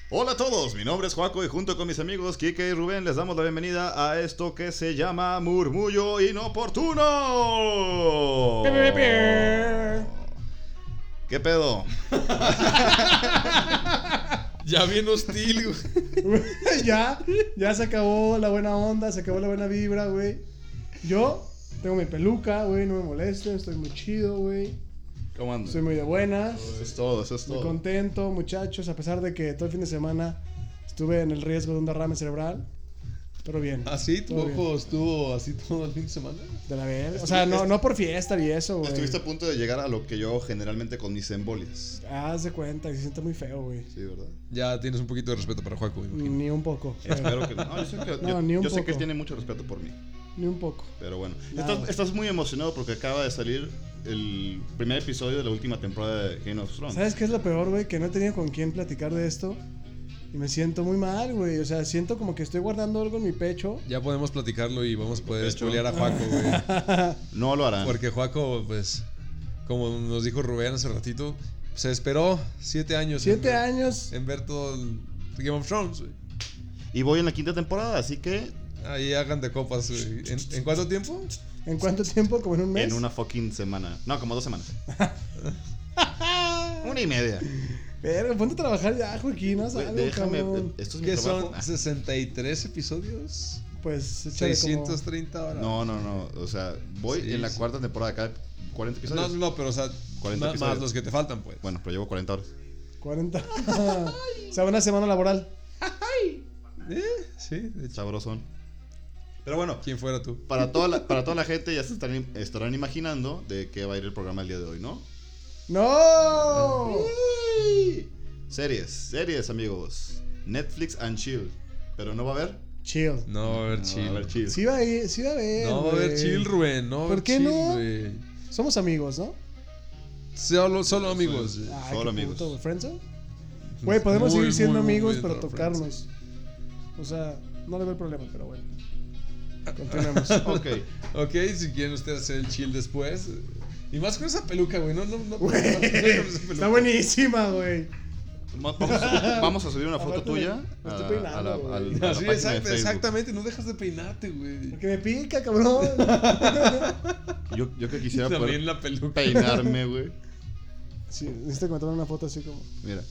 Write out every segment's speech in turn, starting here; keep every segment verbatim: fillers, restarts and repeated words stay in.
Hola a todos, mi nombre es Joaco y junto con mis amigos Kike y Rubén les damos la bienvenida a esto que se llama Murmullo Inoportuno. ¿Qué pedo? Ya bien hostil, güey. ya, ya se acabó la buena onda, se acabó la buena vibra, güey. Yo tengo mi peluca, güey, no me molesten, estoy muy chido, güey. ¿Cómo andas? Estoy muy de buenas. Eso es todo, eso es Muy todo. contento, muchachos, a pesar de que todo el fin de semana estuve en el riesgo de un derrame cerebral. Pero bien. ¿Ah, sí? ¿Tu todo bien. ojo estuvo así todo el fin de semana? De la verga. O sea, no, no por fiesta y eso, güey. Estuviste a punto de llegar a lo que yo generalmente con mis embolias. Haz de cuenta, se siente muy feo, güey. Sí, ¿verdad? Ya tienes un poquito de respeto para Joaco, me imagino. Ni un poco. Espero que no. No, yo sé que, No, yo, ni un yo sé que poco. él tiene mucho respeto por mí. Ni un poco. Pero bueno, Nada. estás, estás muy emocionado porque acaba de salir el primer episodio de la última temporada de Game of Thrones. ¿Sabes qué es lo peor, güey? Que no he tenido con quién platicar de esto. Y me siento muy mal, güey. O sea, siento como que estoy guardando algo en mi pecho. Ya podemos platicarlo y vamos a poder De hecho. spoilear a Joaco, güey. No lo harán. Porque Joaco, pues, como nos dijo Rubén hace ratito, se esperó siete años. Siete en ver- años. En ver todo el Game of Thrones, güey. Y voy en la quinta temporada, así que Ahí hagan de copas, güey. ¿En, ¿En cuánto tiempo? ¿En cuánto tiempo? ¿Como en un mes? en una fucking semana. No, como dos semanas. Una y media. Pero ponte a trabajar ya, Joaquín, ¿no? Güey, Algo, déjame. cabrón. Esto es mi ¿Qué trabajo. son? ¿sesenta y tres episodios? Pues échale ¿seiscientas treinta horas? No, no, no. O sea, voy Sí, en la sí. cuarta temporada. Cada cuarenta No, episodios. no, pero o sea, cuarenta ma- más episodios. los que te faltan, pues. Bueno, pero llevo cuarenta horas. como cuarenta. O sea, una semana laboral. Eh, sí, de hecho. Sabrosón. Pero bueno, ¿Quién fuera tú? para toda la, para toda la gente ya se estarán, estarán imaginando de qué va a ir el programa el día de hoy, ¿no? ¡No! Series, series, amigos. Netflix and chill. Pero no va a haber. Chill. No va a haber No chill. va a haber chill. Sí va a ir, sí va a haber. No va a haber güey. chill, Rubén. No va a ¿Por haber qué chill, no? güey. Somos amigos, ¿no? Solo, solo amigos. Sí. Ay, Solo qué amigos. puto, güey. ¿Friendzone? Güey, podemos Muy, seguir siendo muy, muy amigos, bien pero para tocarnos. O sea, no le veo el problema, pero bueno. Continuemos. Ok. Ok, si quieren ustedes hacer el chill después. Y más con esa peluca, güey. No, no, no. Güey, no, no, no, con esa está peluca. buenísima, güey. Vamos a, vamos a subir una foto Aparte, tuya me a, estoy peinando, a la, güey. al- a la Así, página de exact- Facebook. exactamente. No dejas de peinarte, güey. Porque me pica, cabrón. Yo, yo que quisiera También poder la peluca. peinarme, güey. Sí, necesito que me tomen una foto así como. Mira.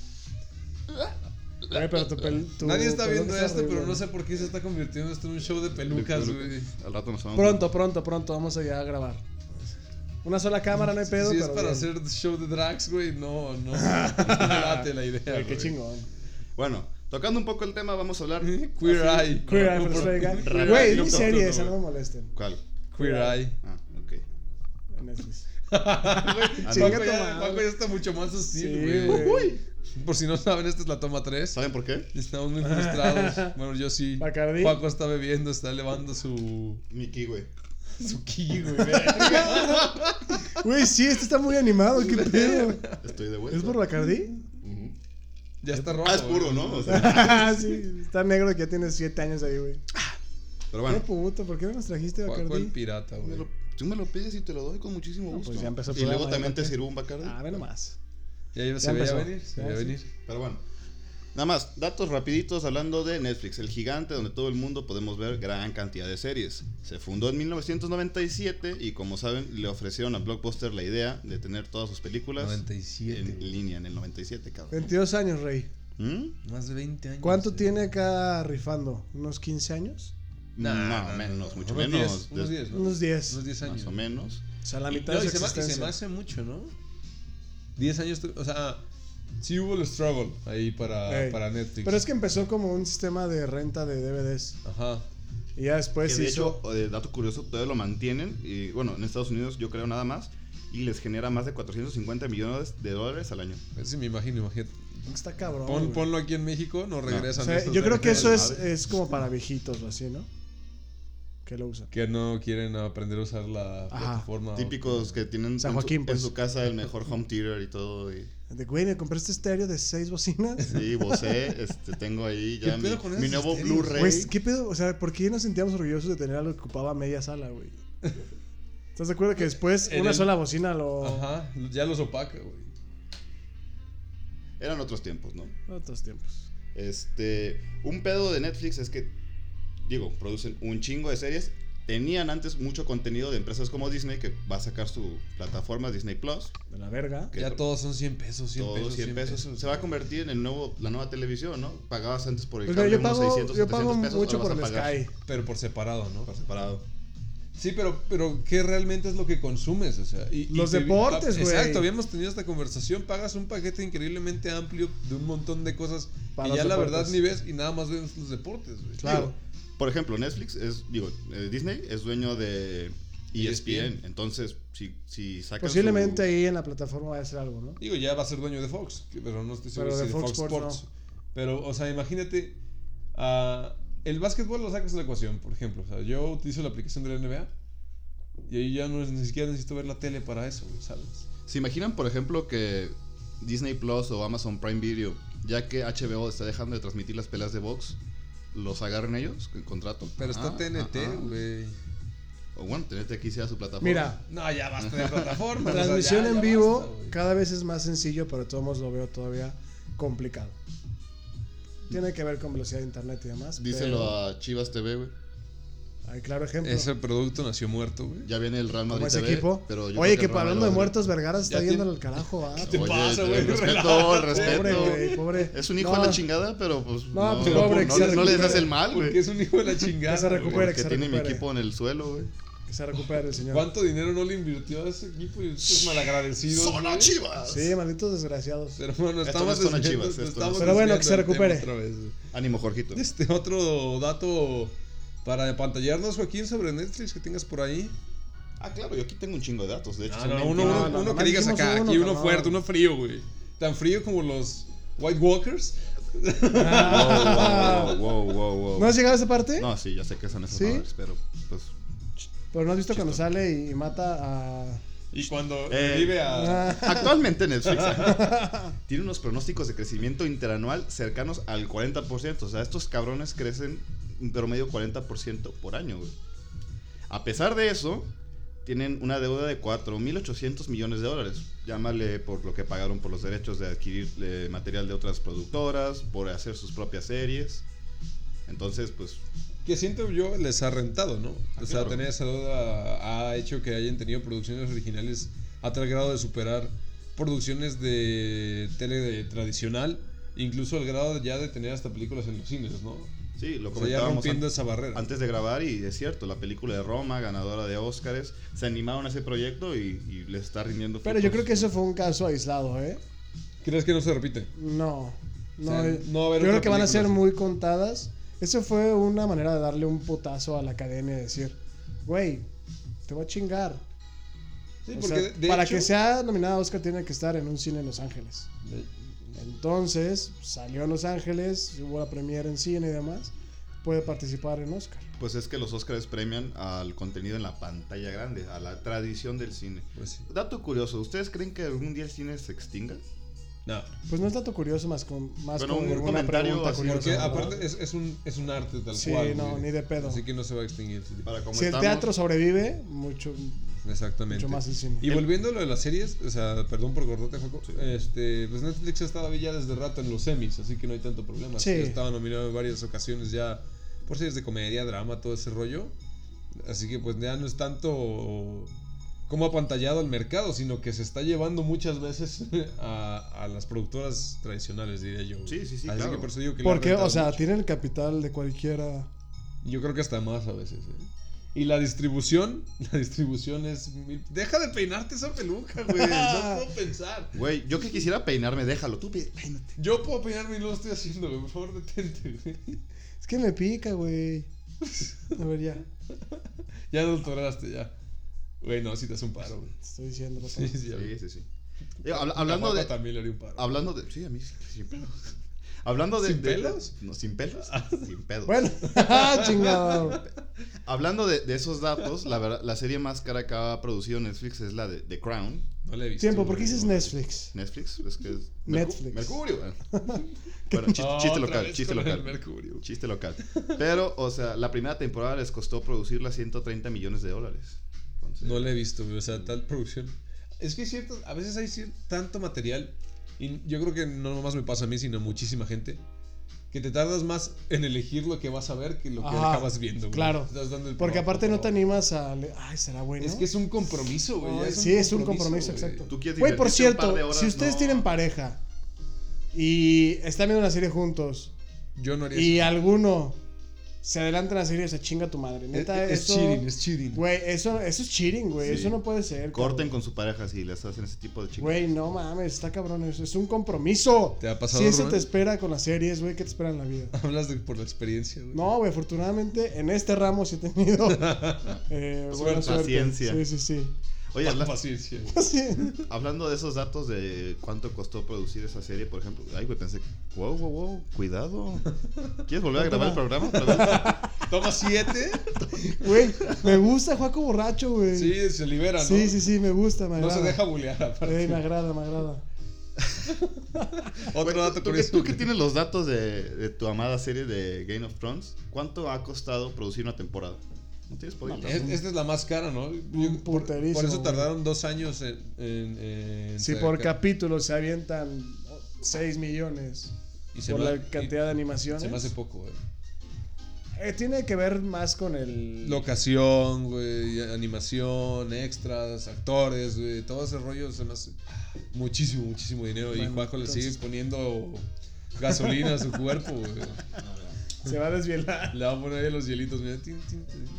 Güey, pero tu pel, tu Nadie está peluca viendo esto, horrible. pero no sé por qué se está convirtiendo esto en un show de pelucas, güey. Al rato nos vamos. Pronto, pronto, pronto vamos a ya a grabar. Una sola cámara, no hay pedo. Si es pero para bien. hacer show de drags, güey, no, no. No me late la idea, Güey, qué güey. chingón. Bueno, tocando un poco el tema, vamos a hablar. Queer así- Eye. Queer Eye for the Straight Guy. Rápido, Güey, es mi rápido, serie rápido, esa, no güey. me molesten. ¿Cuál? Queer Eye. Ah, ok. En Netflix. Ah, Chinga Juaco tu ya, madre. Juaco ya está mucho más Sí, hostil, güey. güey. Por si no saben, esta es la toma tres. ¿Saben por qué? Estamos muy frustrados. Bueno, yo sí. Bacardí. Juaco está bebiendo, está elevando su. Mickey, güey. su ki, güey. Güey, sí, este está muy animado, qué pedo. Estoy de vuelta. ¿Es por Bacardí? Ujú. Ya está rojo. Ah, es puro, güey. ¿no? O sea, sí, está negro que ya tienes siete años ahí, güey. pero Qué bueno. puto, ¿por qué no nos trajiste Juaco el Bacardí? pirata, Me güey. lo- tú me lo pides y te lo doy con muchísimo No, gusto. pues ya empezó el y luego programa, también ya te empezó. sirvo un Bacardi. Ah, ve nomás. Ya, ya Ya se veía empezó. venir. Se Ya, veía sí. venir. Pero bueno. Nada más, datos rapiditos hablando de Netflix, el gigante donde todo el mundo podemos ver gran cantidad de series. Se fundó en mil novecientos noventa y siete y como saben le ofrecieron a Blockbuster la idea de tener todas sus películas noventa y siete. en línea en el noventa y siete, cabrón. veintidós años, Rey. ¿Mm? Más de veinte años. ¿Cuánto eh. tiene acá rifando? ¿Unos quince años? Nah, no, nah, nah, menos, nah. mucho Unos menos. diez, unos Des- diez, ¿no? Unos diez. Unos diez años. Más o menos. O sea, la Y, mitad no, de y su se, me, y se existencia. me hace mucho, ¿no? diez años, tu- o sea, sí hubo el struggle ahí para, Ey. para Netflix. Pero es que empezó como un sistema de renta de D V Ds. Ajá. Y ya después Que se de hizo... hecho, eh, dato curioso, todavía lo mantienen. Y bueno, en Estados Unidos yo creo nada más. Y les genera más de cuatrocientos cincuenta millones de dólares al año. Sí, me imagino, imagínate. Está cabrón. Pon- güey. ponlo aquí en México, no O regresan. sea, estos yo creo que de- eso es, madre. es como para viejitos o así, ¿no? Que lo usan. Que no quieren aprender a usar la Ajá. plataforma. Típicos que tienen San en su- Joaquín, en, pues. su casa el mejor home theater y todo. Y, De güey, me compraste estéreo de seis bocinas. sí, Bose, este, tengo ahí ya ¿Qué mi, pedo con mi esos nuevo estéreos? Blu-ray. Pues, ¿qué pedo? O sea, ¿por qué nos sentíamos orgullosos de tener algo que ocupaba media sala, güey? ¿Estás de acuerdo que después En una el- sola bocina lo... Ajá, ya los opaca, güey. Eran otros tiempos, ¿no? Otros tiempos. Este, un pedo de Netflix es que, digo, producen un chingo de series. Tenían antes mucho contenido de empresas como Disney, que va a sacar su plataforma Disney Plus. De la verga. Que Ya todos son cien pesos, cien todos pesos, cien pesos. Se va a convertir en el nuevo, la nueva televisión, ¿no? Pagabas antes por el Pues cable mira, yo unos pago, seiscientos, yo pago setecientos pesos. mucho ahora por vas el a pagar Sky. Pero por separado, ¿no? por separado. Sí, pero, pero ¿qué realmente es lo que consumes? O sea, y, Los y te- deportes, ah, güey. Exacto, habíamos tenido esta conversación. Pagas un paquete increíblemente amplio de un montón de cosas Para y los ya la deportes. verdad ni ves y nada más ves los deportes, güey. Claro. Digo, por ejemplo, Netflix es, digo, eh, Disney es dueño de E S P N. E S P N. Entonces, si, si sacan Posiblemente su- ahí en la plataforma va a ser algo, ¿no? Digo, ya va a ser dueño de Fox, que- pero no estoy seguro Pero si de de Fox Fox, Sports Sports. Pero, o sea, imagínate, ah, el básquetbol lo sacas de la ecuación, por ejemplo. O sea, yo utilizo la aplicación de la N B A y ahí ya no es- ni siquiera necesito ver la tele para eso, güey, ¿sabes? ¿Se imaginan, por ejemplo, que Disney Plus o Amazon Prime Video, ya que H B O está dejando de transmitir las peleas de box, los agarren ellos con contrato? Pero está Ah, T N T, ah, ah. güey. O bueno, T N T aquí sea su plataforma. Mira, No, ya basta de plataforma. transmisión o sea, ya- en ya vivo basta, güey. cada vez es más sencillo, pero de todos modos lo veo todavía complicado. Tiene que ver con velocidad de internet y demás. Díselo pero a Chivas T V, güey. hay claro ejemplo. Ese producto nació muerto, güey. Ya viene el Real Como Madrid ese T V. equipo. Pero yo Oye, creo que el Real hablando de Madrid- muertos, Vergara está Ya yendo tiene- al carajo, ¿va? te Oye, pasa, güey? el respeto, Relájate. el respeto. Pobre, güey, pobre. Es un hijo No, a la chingada, pero pues No, no, pues, no, pobre, no que se le- no les recupere. das el mal, güey. Porque es un hijo de la chingada. Que se güey. recupere. Porque se tiene mi recupere. equipo en el suelo, güey. Que se recupere el señor. ¿Cuánto dinero no le invirtió a ese equipo? Y estos malagradecidos. ¡Son güey? a Chivas! Sí, malditos desgraciados. Pero bueno, Esto estamos no son a desviando- Chivas, nos esto no estamos son- Pero bueno, que se desviando del tema recupere. otra vez, güey. Ánimo, Jorgito. Este otro dato para pantallarnos, Joaquín, sobre Netflix que tengas por ahí. Ah, claro, yo aquí tengo un chingo de datos. De hecho, No, son no, uno, veintinueve. uno, no, uno que nomás digas dijimos acá, uno, aquí uno cabrón. fuerte, uno frío, güey. Tan frío como los White Walkers. Ah. Wow, wow, wow, wow, wow. ¿No has llegado a esa parte? No, sí, ya sé que son esas ¿Sí? madres, pero pues. Pero no has visto cuando Chisto. sale y mata a. Y cuando Eh, vive a... Ah, Actualmente Netflix tiene unos pronósticos de crecimiento interanual cercanos al cuarenta por ciento. O sea, estos cabrones crecen un promedio cuarenta por ciento por año, güey. A pesar de eso, tienen una deuda de cuatro mil ochocientos millones de dólares. Llámale por lo que pagaron por los derechos de adquirir eh, material de otras productoras, por hacer sus propias series. Entonces, pues, Que siento yo les ha rentado, ¿no? Ah, O sea, claro. tener esa deuda ha hecho que hayan tenido producciones originales a tal grado de superar producciones de tele de- tradicional, incluso al grado ya de tener hasta películas en los cines, ¿no? sí, lo O sea, ya comentábamos rompiendo an- esa barrera. antes de grabar y es cierto, la película de Roma, ganadora de Óscares, se animaron a ese proyecto y, y les está rindiendo pero yo frutos. creo que eso fue un caso aislado, ¿eh? ¿Crees que no se repite? No. No, O sea, eh, no va a haber yo creo otra que van a película ser así. muy contadas. Eso fue una manera de darle un putazo a la academia y decir, güey, te voy a chingar. Sí, O porque sea, de- de para hecho- que sea nominada a Oscar tiene que estar en un cine en Los Ángeles. de- Entonces, salió en Los Ángeles, hubo la premiere en cine y demás, puede participar en Oscar. Pues es que los Óscares premian al contenido en la pantalla grande, a la tradición del cine. Pues sí. Dato curioso, ¿ustedes creen que algún día el cine se extinga? No. Pues no es dato curioso, más, con, más Bueno, como un una comentario pregunta así, curiosa. Porque ¿verdad? aparte es, es, un, es un arte tal Sí, cual. no, güey. ni de pedo. Así que no se va a extinguir. sí. Para como Si el estamos- teatro sobrevive, mucho, Exactamente. mucho más el cine. Y volviendo a lo de las series, o sea, perdón por cortarte, Joco, Sí. este, pues Netflix ha estado ya desde rato en los semis, así que no hay tanto problema. Sí. Estaba nominado en varias ocasiones ya por series de comedia, drama, todo ese rollo. Así que pues ya no es tanto como apantallado el mercado, sino que se está llevando muchas veces a, a las productoras tradicionales, diría yo. Sí, sí, sí, Así claro. que por eso digo que le ha Porque, rentado o sea, mucho. tiene el capital de cualquiera. Yo creo que hasta más a veces, ¿eh? Y la distribución, la distribución es... mil- Deja de peinarte esa peluca, güey. No puedo pensar. Güey, yo que quisiera peinarme, déjalo, tú pe- peínate. Yo puedo peinarme y no lo estoy haciendo, güey. Por favor, detente, güey. Es que me pica, güey. A ver, ya. Ya no toleraste, ya. Güey, no, si te hace un paro, güey. Te estoy diciendo. papá. Sí, sí, a Sí, ver. sí, sí. Eh, habla- A hablando Juanpa de... también le haría un paro. Hablando de... Sí, a mí sí, sin pelos. Hablando de... ¿Sin de- pelos? No, sin pelos. Sin pedos. Bueno, chingado. Hablando de, de esos datos, la, verdad, la serie más cara que ha producido Netflix es la de The Crown. No le he visto. Tiempo, ¿por qué güey. dices Netflix? Netflix, es que es... Netflix. Mercurio. Bueno, chiste, No, chiste otra local, vez chiste con el local. Mercurio. Chiste local. Pero, o sea, la primera temporada les costó producirla ciento treinta millones de dólares. Entonces, No le he visto, güey. O sea, tal producción. Es que es cierto, a veces hay cier- tanto material. Y yo creo que no nomás me pasa a mí, sino a muchísima gente. que te tardas más en elegir lo que vas a ver que lo que Ajá, acabas viendo, güey. claro. Estás dando el Porque trabajo, aparte no te por favor. animas a... le- Ay, será bueno. Es que es un compromiso, güey. ya Ay, es un sí, es un compromiso, güey. exacto. Tú quieres Güey, por divertirte un par cierto, de horas, si ustedes no. tienen pareja y están viendo una serie juntos Yo no haría y eso. alguno se adelanta en la serie y se chinga a tu madre. Es, Neta, es eso... cheating, es cheating. Güey, eso, eso es cheating, güey. Sí. Eso no puede ser. Corten cabrón. con su pareja si les hacen ese tipo de chicos. Güey, no mames, está cabrón eso. Es un compromiso. ¿Te ha pasado, Si eso Rubén? te espera con las series, güey, ¿qué te espera en la vida? Hablas de, por la experiencia, güey. No, güey, afortunadamente en este ramo sí he tenido eh, buena Suerte. suerte. Paciencia. Sí, sí, sí. Oye, Pa- habla- paciencia. güey. Sí. hablando de esos datos de cuánto costó producir esa serie, por ejemplo. Ay, güey, pensé, wow, wow, wow, cuidado. ¿Quieres volver a grabar el programa otra vez? Toma siete. Güey, me gusta Juaco borracho, güey. Sí, se libera, ¿no? sí, sí, sí, me gusta, me No agrada. se deja bulear, aparte. Ey, me agrada, me agrada. Otro Güey, dato ¿tú, tú, curioso. tú que tienes los datos de, de tu amada serie de Game of Thrones, ¿cuánto ha costado producir una temporada? ¿No tienes por ahí? No, Es- esta es la más cara, ¿no? Un por, puterísimo, por eso güey. tardaron dos años en. en, en Si sacar- por capítulo se avientan seis millones y se por me- la cantidad de y- animaciones. Se me hace poco, güey. Eh, tiene que ver más con el... Locación, güey, animación, extras, actores, güey, todo ese rollo se me hace muchísimo, muchísimo dinero. y Bueno, Juanjo le sigue entonces- poniendo gasolina a su cuerpo, güey. Se va a desvielar. Le va a poner ahí los hielitos, mira. tin, tin, tin.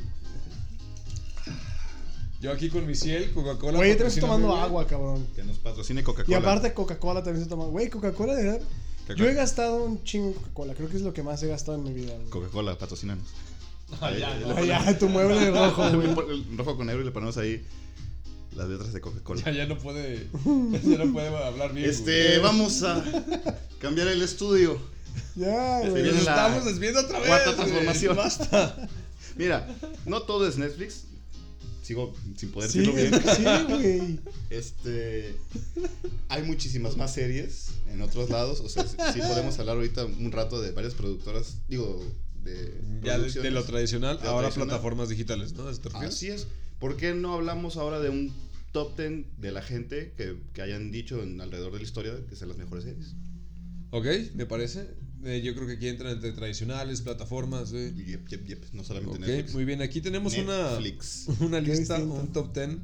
Yo aquí con mi ciel, Coca-Cola. Güey, yo también estoy patrocíname, tomando güey. agua, cabrón. Que nos patrocine Coca-Cola. Y aparte Coca-Cola también se toma. Güey, Coca-Cola de verdad. Yo he gastado un chingo en Coca-Cola. Creo que es lo que más he gastado en mi vida. güey. Coca-Cola, patrocínanos. Ah, ya, Ahí, no. Ay, ya, tu mueble de rojo, Le güey. pon- el rojo con negro y le ponemos ahí las letras de Coca-Cola. Ya, ya no puede. Ya no puede hablar bien. Este, güey. vamos a cambiar el estudio. Ya, Este, güey. viene Nos la estamos desviando otra vez. Cuarta güey. transformación. Basta. Mira, no todo es Netflix. Sigo sin poder Sí, decirlo bien. sí, güey. Este, hay muchísimas más series en otros lados. O sea, sí, sí podemos hablar ahorita un rato de varias productoras. Digo, de. Ya de, producciones. de lo tradicional, De lo ahora tradicional. plataformas digitales, ¿no? ¿A eso te refieres? Así es. ¿Por qué no hablamos ahora de un top ten de la gente que, que hayan dicho en, alrededor de la historia que sean las mejores series? Ok, me parece. Eh, yo creo que aquí entran entre tradicionales, plataformas. güey. Yep, yep, yep. No solamente Ok, Netflix. muy bien. Aquí tenemos Netflix. una, una Qué lista, distinto. un top ten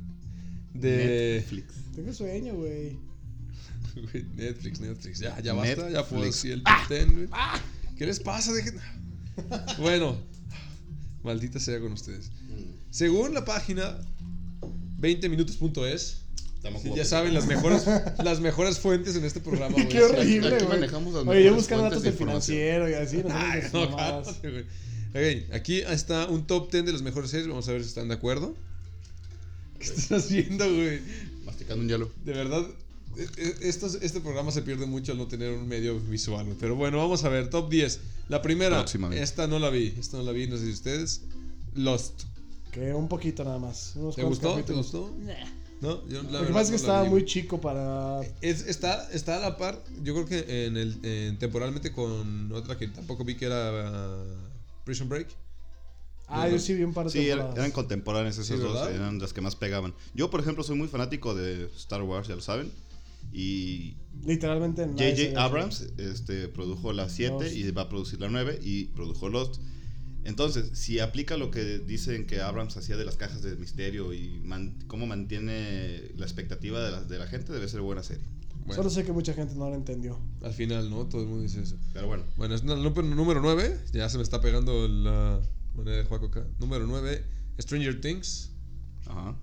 de Netflix. Tengo sueño, güey. Güey, Netflix, Netflix. Ya, ya basta, ya puedo Netflix. decir el top ten. güey. ¿Qué les pasa? Dejen... Bueno, maldita sea con ustedes. Según la página veinte minutos punto es, Estamos sí, como ya que- saben, las mejores, las mejores fuentes en este programa. güey. Qué horrible, aquí güey. manejamos las Oye, yo mejores buscando fuentes datos de del información. financiero y así. No Ay, sabes no, mamadas. cálmate, güey. Ok, aquí está un top ten de las mejores series. Vamos a ver si están de acuerdo. ¿Qué estás haciendo, güey? Masticando un hielo. De verdad, e- e- estos- este programa se pierde mucho al no tener un medio visual. güey. Pero bueno, vamos a ver. Top diez. La primera, Próximamente. esta no la vi. Esta no la vi, no sé si ustedes. Lost. Que un poquito nada más. Unos ¿Te cuantos gustó? ¿Te capítulos. gustó? No, yo la Lo que verdad pasa es que no la estaba vi, muy güey. chico para. Es, está, está a la par, yo creo que en el, en- temporalmente con otra que tampoco vi que era uh, Prison Break. Ah, yo sí vi un par de Sí, er- temporadas. eran contemporáneas esas Sí, dos, ¿verdad? eran las que más pegaban. Yo, por ejemplo, soy muy fanático de Star Wars, ya lo saben. Y Literalmente nadie J sabía J. Abrams este, produjo la siete Lost. y va a producir la nueve y produjo Lost. Entonces, si aplica lo que dicen que Abrams hacía de las cajas de misterio y man- cómo mantiene la expectativa de la, de la gente, debe ser buena serie. Bueno, Solo sé que mucha gente no lo entendió. al final, ¿no? Todo el mundo dice eso. Pero bueno, Bueno, es el número nueve. Ya se me está pegando la moneda de Juaco acá. Número nueve, Stranger Things. ajá.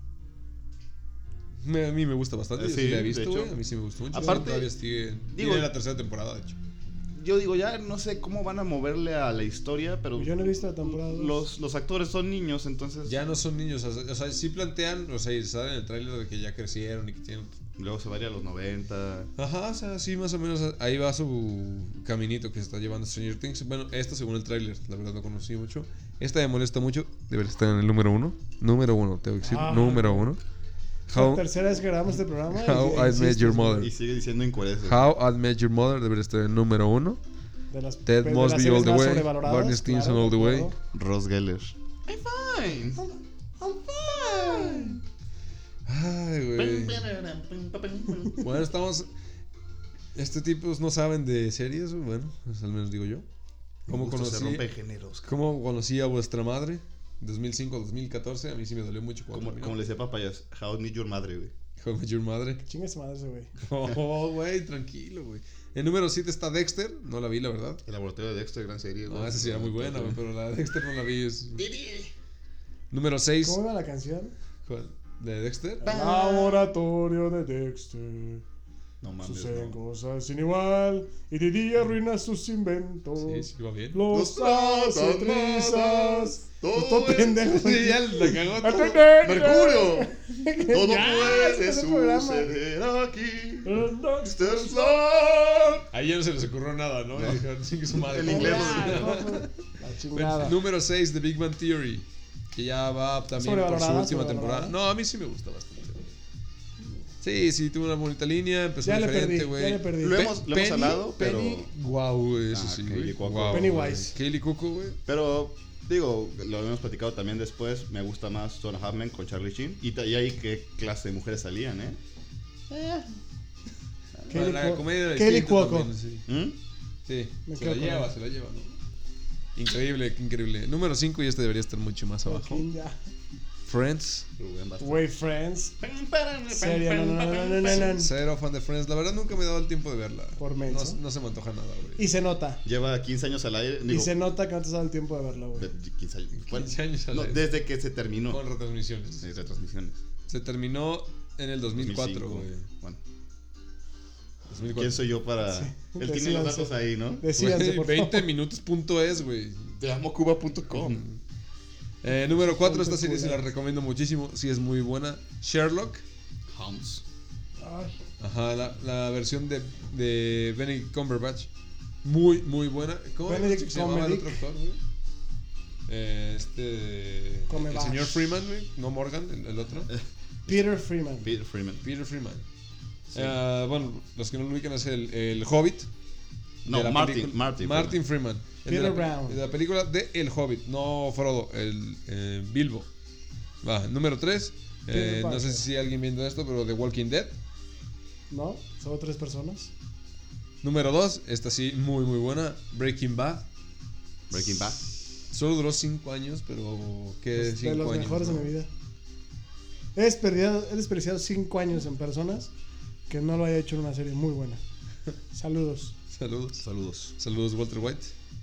Me- a mí me gusta bastante. Eh, yo sí, sí, la he de visto, hecho. güey. A mí sí me gustó mucho. Aparte, todavía sigue. digo- Tiene la tercera temporada, de hecho. Yo digo, ya no sé cómo van a moverle a la historia, pero Yo no he visto la temporada dos. los, los actores son niños, entonces Ya no son niños. O sea, o sea, sí plantean, o sea, y sale en el tráiler de que ya crecieron y que tienen. luego se varía a los noventa. Ajá, o sea, sí, más o menos ahí va su caminito que se está llevando Stranger Things. Bueno, esta según el tráiler, la verdad no conocí mucho. Esta me molesta mucho, debería estar en el número uno. Número uno, tengo que decir, Ah. número uno. La How, tercera vez que grabamos este programa. How y- I Met insistes, Your güey, Mother. Y sigue diciendo incoherencias. How I Met Your Mother debería estar en el número uno. De las, Ted de las Mosby series all the más way, sobrevaloradas, Barney Stinson claro, all the de way. acuerdo. Ross Geller. I'm fine. Ay, güey. Bueno, estamos. Este tipos no saben de series, güey, bueno, pues al menos digo yo. ¿Cómo Justo conocí, se rompen géneros. ¿Cómo conocí a vuestra madre? dos mil cinco a dos mil catorce. A mí sí me dolió mucho cuando Como, terminó. como le decía Papayas, How I Met Your Madre, güey. How I Met Your Mother. Chinga esa madre ese güey. Oh, güey, tranquilo, güey. En número siete está Dexter. No la vi, la verdad. El laboratorio de Dexter, gran serie, güey. No, esa sí era muy buena, güey, pero la de Dexter no la vi. Es... Número seis. ¿Cómo iba la canción? ¿Cuál? ¿De Dexter? El laboratorio de Dexter. No mames, Suceden no. cosas sin igual y de día arruina sus inventos. Sí, sí, va bien. Los Los hace trazas, trizas. todo Todo es- pendejo. Sí, ya la cagó todo. ¡Mercurio! Todo Ya, puede este programa. suceder aquí. El Dexter's Lab. Ahí ya no se les ocurrió nada, ¿no? Y dijeron, sí, que su madre. En inglés. La chingada. Número seis, The Big Bang Theory. Que ya va también por su Sobrevalorada, última sobrevalorada. temporada. No, a mí sí me gusta bastante. Sí, sí, tuvo una bonita línea. Empezó Ya le diferente, perdí, güey. ya le perdí. Lo hemos, lo hemos hablado, pero. Wow, güey, eso Ah, sí, Kaylee güey. Cuoco. Guau, Pennywise. güey. Kaylee Cuoco, güey. Pero, digo, lo habíamos platicado también después. Me gusta más Two and a Half Men con Charlie Sheen. Y, ta- y ahí qué clase de mujeres salían, ¿eh? Kaylee La Cuoco. comedia era Kaylee distinta Cuoco. también, sí. ¿Mm? Sí, Me se quedo la con lleva, él. se la lleva, ¿no? Increíble, qué increíble. Número cinco, y este debería estar mucho más abajo. Joaquín, ya. Friends. Rubén Bastón. Güey, Friends. Serio, no, no, no, no, no, no, no. Cero fan de Friends. La verdad nunca me he dado el tiempo de verla. Por menso. No, no se me antoja nada, güey. Y se nota. Lleva quince años al aire. Y Digo, se nota que no te has dado el tiempo de verlo, güey. de- quince años. ¿Cuál? quince años al No, aire. desde que se terminó. Con retransmisiones. Sí, retransmisiones. Se terminó en el dos mil cuatro, dos mil güey. cinco. Bueno, dos mil cuatro. ¿quién soy yo para...? Sí, Él tiene los decídanse. datos ahí, ¿no? Decídanse, Güey, por veinte favor. minutos punto es, güey. Te amo cuba punto com. Eh, número cuatro, esta Punto serie se la culas. recomiendo muchísimo. Sí, es muy buena. Sherlock. Holmes. Ay, Ajá, la, la versión de, de Benedict Cumberbatch. Muy, muy buena. ¿Cómo Benedict se llamaba el otro Cumberbatch. actor, güey? Eh, este. El Cumberbatch. señor Freeman, güey. No Morgan, el, el otro. Peter Freeman. Peter Freeman. Peter Freeman. Sí. Eh, bueno, los que no lo ubican es el, el Hobbit. No, de la Martin, película- Martin. Martin Freeman. El de Peter la, Brown. De la película de El Hobbit, no Frodo, el eh, Bilbo. Va, número tres. Peter no sé Parker. si alguien viendo esto, pero The Walking Dead. ¿No? Solo tres personas. Número dos, esta sí, muy muy buena. Breaking Bad. Breaking Bad. Solo duró cinco años, pero ¿qué Pues, cinco de los años? mejores no? de mi vida. He desperdiciado, he desperdiciado cinco años en personas que no lo haya hecho en una serie muy buena. Saludos. Saludos. Saludos. Saludos, Walter White.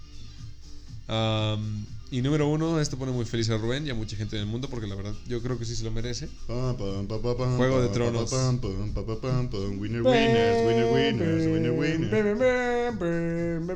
Am, y número uno, esto pone muy feliz a Rubén y a mucha gente en el mundo porque la verdad yo creo que sí se lo merece. Juego Juego de Tronos. Winner, winners, winner, winners, winner, winners.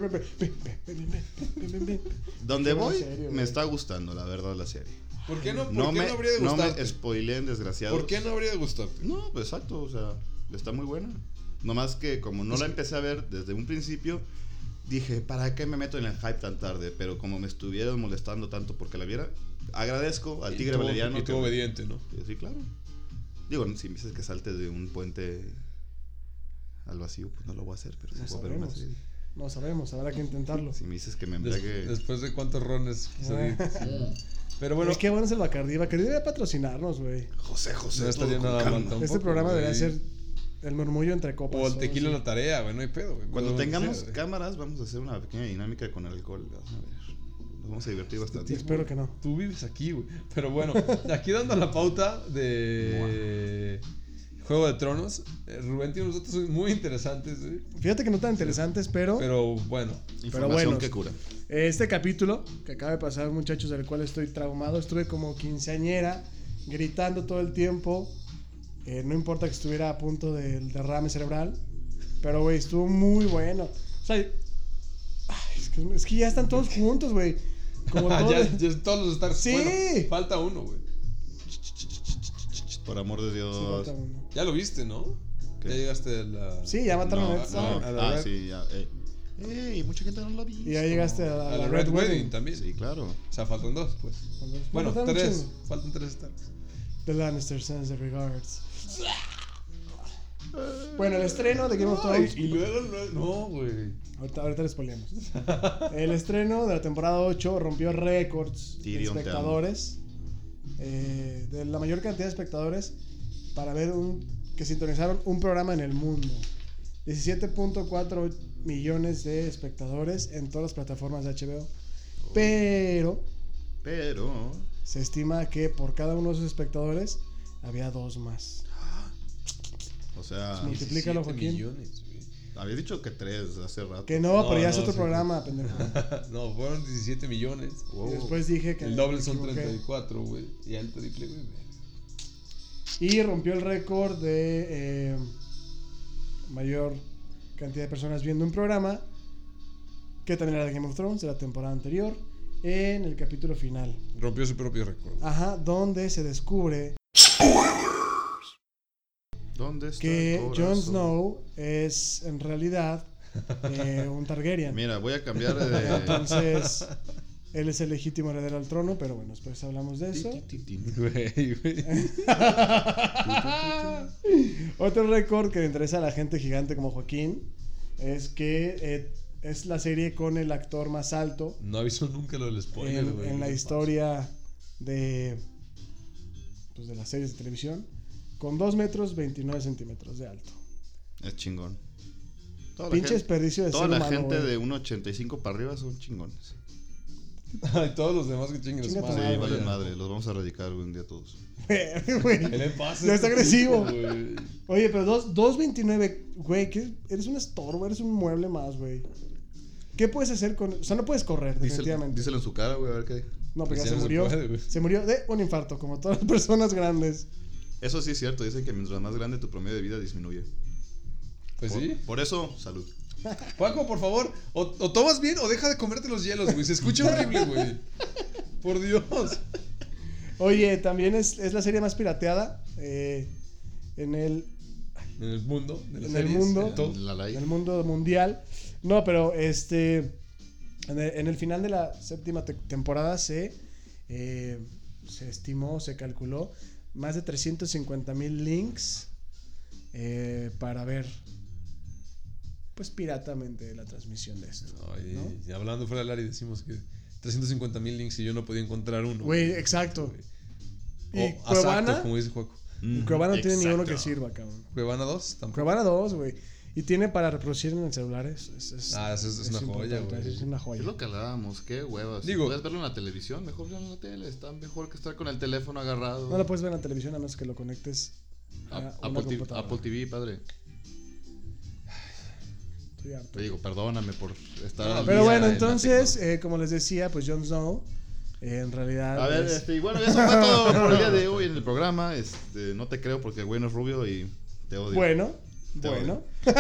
Donde Qué voy, buena serie, me güey. está gustando, la verdad, la serie. ¿Por qué no, por No qué me, no habría de no gustarte? me spoileen, desgraciado. ¿Por qué no habría de gustarte? No, pues exacto, o sea, está muy buena. Nomás que como no la empecé a ver desde un principio, dije, ¿para qué me meto en el hype tan tarde? Pero como me estuvieron molestando tanto porque la viera, agradezco al Y tigre tú- valeriano. Y tú que- obediente, ¿no? Sí, claro. Digo, si me dices que salte de un puente al vacío, pues no lo voy a hacer, pero sí No puedo ver una sabemos. serie. No sabemos, habrá que intentarlo. Si me dices que me Des- embriague... después de cuántos rones quiso ir. Pero bueno, Es que bueno es el Bacardí. Bacardí debe patrocinarnos, güey. José, José, no estaría todo con nada mal calma. tampoco. Este programa güey. debería ser el murmullo entre copas. O el ¿no? tequila en Sí. la tarea, güey, no hay pedo, güey. Cuando Lo que tengamos sea, güey. cámaras, vamos a hacer una pequeña dinámica con alcohol. Vamos a ver. Nos vamos a divertir bastante. Espero que no. Tú vives aquí, güey. Pero bueno, aquí dando la pauta de Juego de Tronos, eh, Rubén tiene unos datos muy interesantes, güey. Fíjate que no tan interesantes, pero, Pero bueno, Información buenos. que cura. este capítulo que acaba de pasar, muchachos, del cual estoy traumado, estuve como quinceañera gritando todo el tiempo. Eh, no importa que estuviera a punto del derrame cerebral, pero güey, estuvo muy bueno. O sea, ay, es, que, es que ya están todos juntos, güey. Como ya, todos. ya todos los Starks. Sí. Bueno, falta uno, güey. Por amor de Sí, Dios. falta uno. Ya lo viste, ¿no? ¿Qué? Ya llegaste a la. Sí, ya mataron No, a Ned no, Stark. a la ah, Red- sí, ya. Ey, Ey, mucha gente no lo ha visto. Y ya llegaste a la, a la Red, Red Wedding. Wedding también. Sí, claro. O sea, faltan dos, pues. Bueno, faltan un tres. chingo. Faltan tres Starks. The Lannister sends the regards. Bueno, el estreno de Game of Ay, Thrones. y luego, luego- no, güey. Ahorita, ahorita les spoileamos. El estreno de la temporada ocho rompió récords de Tyrion, te espectadores. eh, de la mayor cantidad de espectadores para ver un que sintonizaron un programa en el mundo. diecisiete punto cuatro millones de espectadores en todas las plataformas de H B O. Pero Pero. se estima que por cada uno de esos espectadores había dos más. O sea, Sí. Multiplícalo, diecisiete Joaquín. millones, güey. habías dicho que tres hace rato. Que no, No, pero ya es no, otro sí, programa, pendejo. No, fueron diecisiete millones. Wow. Y después dije que El doble me son equivoqué. treinta y cuatro, güey. Y el triple, güey. Y rompió el récord de eh, mayor cantidad de personas viendo un programa, que también era de Game of Thrones, de la temporada anterior, en el capítulo final. Rompió su propio récord. Ajá, donde se descubre ¿Dónde está que el Jon corazón? Snow es en realidad eh, un Targaryen. Mira, voy a cambiar de. Entonces, él es el legítimo heredero al trono, pero bueno, después hablamos de eso. Ti, ti, ti, ti. Güey, güey. Otro récord que le interesa a la gente gigante como Joaquín es que eh, es la serie con el actor más alto No avisó nunca lo del spoiler, en, güey. en la ¿Qué historia de, pues, de las series de televisión, con dos metros veintinueve centímetros de alto. Es chingón. Toda la Pinche gente, desperdicio de toda ser la humano, gente güey. de uno ochenta y cinco para arriba son chingones. pasa? Ay, todos los demás que chinguen Chinga su tu Sí, madre, vale güey. madre, los vamos a erradicar algún día todos. Güey. ¿Qué le pasa? Ya está agresivo. Güey. Oye, pero dos veintinueve, güey, ¿qué? Eres un estorbo, eres un mueble más, güey. ¿Qué puedes hacer con...? O sea, no puedes correr, Díselo, definitivamente. díselo en su cara, güey, a ver qué. No, porque Pues ya ya se no se murió. puede, güey. Se murió de un infarto, como todas las personas grandes. Eso sí es cierto, dicen que mientras más grande tu promedio de vida disminuye. Pues Por, sí. por eso, salud. Paco, por favor, o, o tomas bien o deja de comerte los hielos, güey. Se escucha horrible, güey. Por Dios. Oye, también es, es la serie más pirateada eh, en el En el mundo. De las En el series, mundo. en todo. La en live. el mundo mundial. No, pero este en el, en el final de la séptima te- temporada se eh, se estimó, se calculó más de trescientos cincuenta mil links eh, para ver pues piratamente la transmisión de esto. Ay, ¿no? y hablando fuera del área decimos que trescientos cincuenta mil links y yo no podía encontrar uno. Güey, exacto. O Y exacto, Cuevana, como dice Juaco. y Cuevana no tiene ni uno que Exacto. sirva, cabrón. Cuevana dos, tampoco. Cuevana dos, güey. Y tiene para reproducir en el celular. Es, es- es- Ah, eso es- es una joya, importante, güey. Es una joya. Es lo que hablábamos, qué huevas. Digo- Puedes verlo en la televisión, mejor verlo en la tele. Está mejor que estar con el teléfono agarrado. No lo puedes ver en la televisión a menos que lo conectes a, A- una Apple, T V, computadora. Apple T V, padre. Estoy harto. Te digo, perdóname por estar. No, al Pero día bueno, en la entonces, tecnología. eh, como les decía, pues Jon Snow, eh, en realidad. A ver, es- este, y bueno, eso fue todo por el día de hoy en el programa. Este, no te creo porque el güey no es rubio y te odio. Bueno, Te bueno.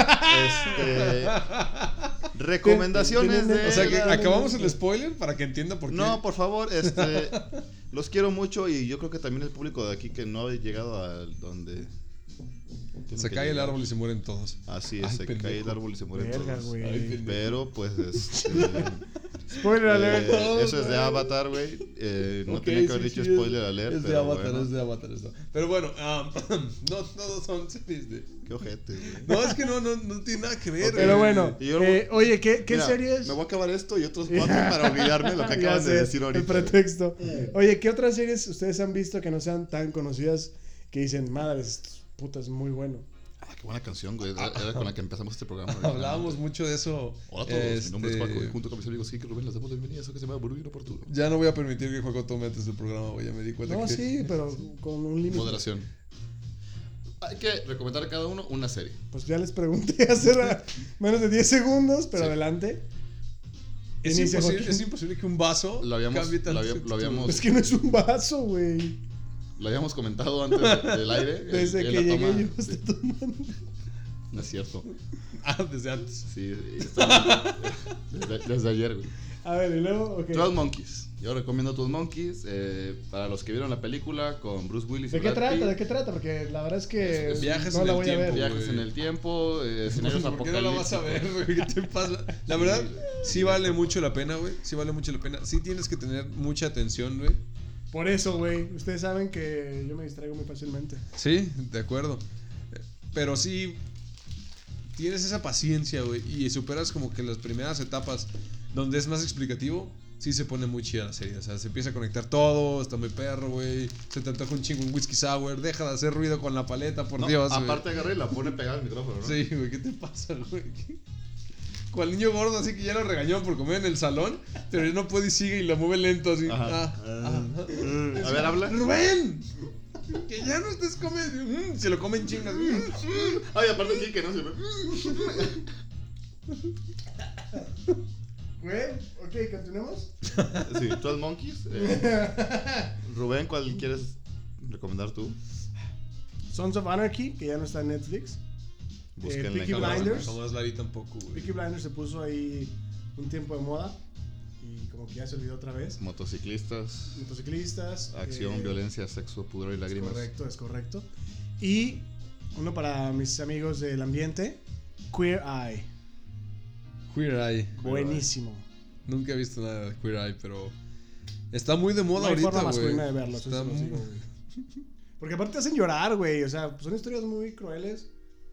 Este, recomendaciones de. O sea que Eh, acabamos el spoiler para que entienda por qué. No, por favor, este, los quiero mucho y yo creo que también el público de aquí que no ha llegado a donde tienen Se que cae el llegar. árbol y se mueren todos. Así es, Ay, se pendejo. cae el árbol y se mueren Verga, todos. güey. Ay, pendejo. Pero pues este, Spoiler alert. eh, eso es de Avatar, güey. Eh, no Ok, tenía que haber sí, dicho sí, es- spoiler alert, Es de pero Avatar, bueno. es de Avatar esto. Pero bueno, um, no, no son series de. Qué ojete, güey. No, es que no, no, no tiene nada que ver. Pero güey. bueno, Y yo- eh, oye, ¿qué, qué Mira, series? Me voy a acabar esto y otros cuatro para olvidarme lo que Ya acaban de sé, decir ahorita. el pretexto. Oye, ¿qué otras series ustedes han visto que no sean tan conocidas que dicen, madres, puta, es muy bueno? Ah, qué buena canción, güey. Era, era con la que empezamos este programa. Hablábamos mucho de eso. Hola a todos, mi nombre es este, Paco y junto con mis amigos Kike y Rubén les damos la bienvenida a eso que se llama Burbuja Oportuno. Ya no voy a permitir que Juego tome antes del programa, güey. Ya me di cuenta No, que. sí, pero con un límite. Moderación. Hay que recomendar a cada uno una serie. Pues ya les pregunté hace ra- menos de diez segundos, pero Sí. adelante. Es Inicia, imposible, Joaquín. es imposible que un vaso Lo habíamos- cambie tanto. lo había- lo habíamos- Es que no es un vaso, güey. Lo habíamos comentado antes de- del aire. Desde en que la llegué toma- yo sí, estoy tomando. no es cierto. Ah, desde antes. Sí, está- desde, desde ayer, güey. A ver, y luego, ok. twelve Monkeys. Yo recomiendo twelve Monkeys. Eh, para los que vieron la película con Bruce Willis y ¿De qué Brad trata? Pitt. ¿De qué trata? Porque la verdad es que Es- es viajes no en la el voy a ver. tiempo, Viajes güey. en el tiempo, eh, escenarios ¿Por qué no la vas a ver, apocalípticos. güey? ¿Qué te pasa? La Sí, verdad, güey. sí vale mucho la pena, güey. Sí vale mucho la pena. Sí tienes que tener mucha atención, güey. Por eso, güey. Ustedes saben que yo me distraigo muy fácilmente. Sí, de acuerdo. Pero sí tienes esa paciencia, güey, y superas como que las primeras etapas donde es más explicativo. sí se pone muy chida la serie. O sea, se empieza a conectar todo, está muy perro, güey. Se te antoja un chingo un whisky sour. Deja de hacer ruido con la paleta, por No, Dios, güey. aparte agarra y la pone pegada al micrófono, ¿no? Sí, güey, ¿qué te pasa, güey? Cual niño gordo, así que ya lo regañó por comer en el salón, pero ya no puede y sigue y la mueve lento, así. Ajá. Ah, ah, ah. A ver, habla. ¡Rubén! Que ya no estés comiendo. Mm, se lo comen chingas. Mm. Ay, aparte aquí que no se ve. Güey, ok, continuemos. Sí, twelve Monkeys. Eh, Rubén, ¿cuál quieres recomendar tú? Sons of Anarchy, que ya no está en Netflix. Búsquenla en Peaky cámara. Blinders. Jamás la vi tampoco, güey. Peaky Blinders se puso ahí un tiempo de moda y como que ya se olvidó otra vez. Motociclistas, Motociclistas. acción, eh, violencia, sexo, pudor y Es lágrimas. correcto, es correcto. Y uno para mis amigos del ambiente, Queer Eye. Queer Eye. Buenísimo. Nunca he visto nada de Queer Eye, pero está muy de moda No hay ahorita, forma güey. masculina de verlo, eso Está sí lo muy- digo, güey. Porque aparte te hacen llorar, güey. O sea, son historias muy crueles.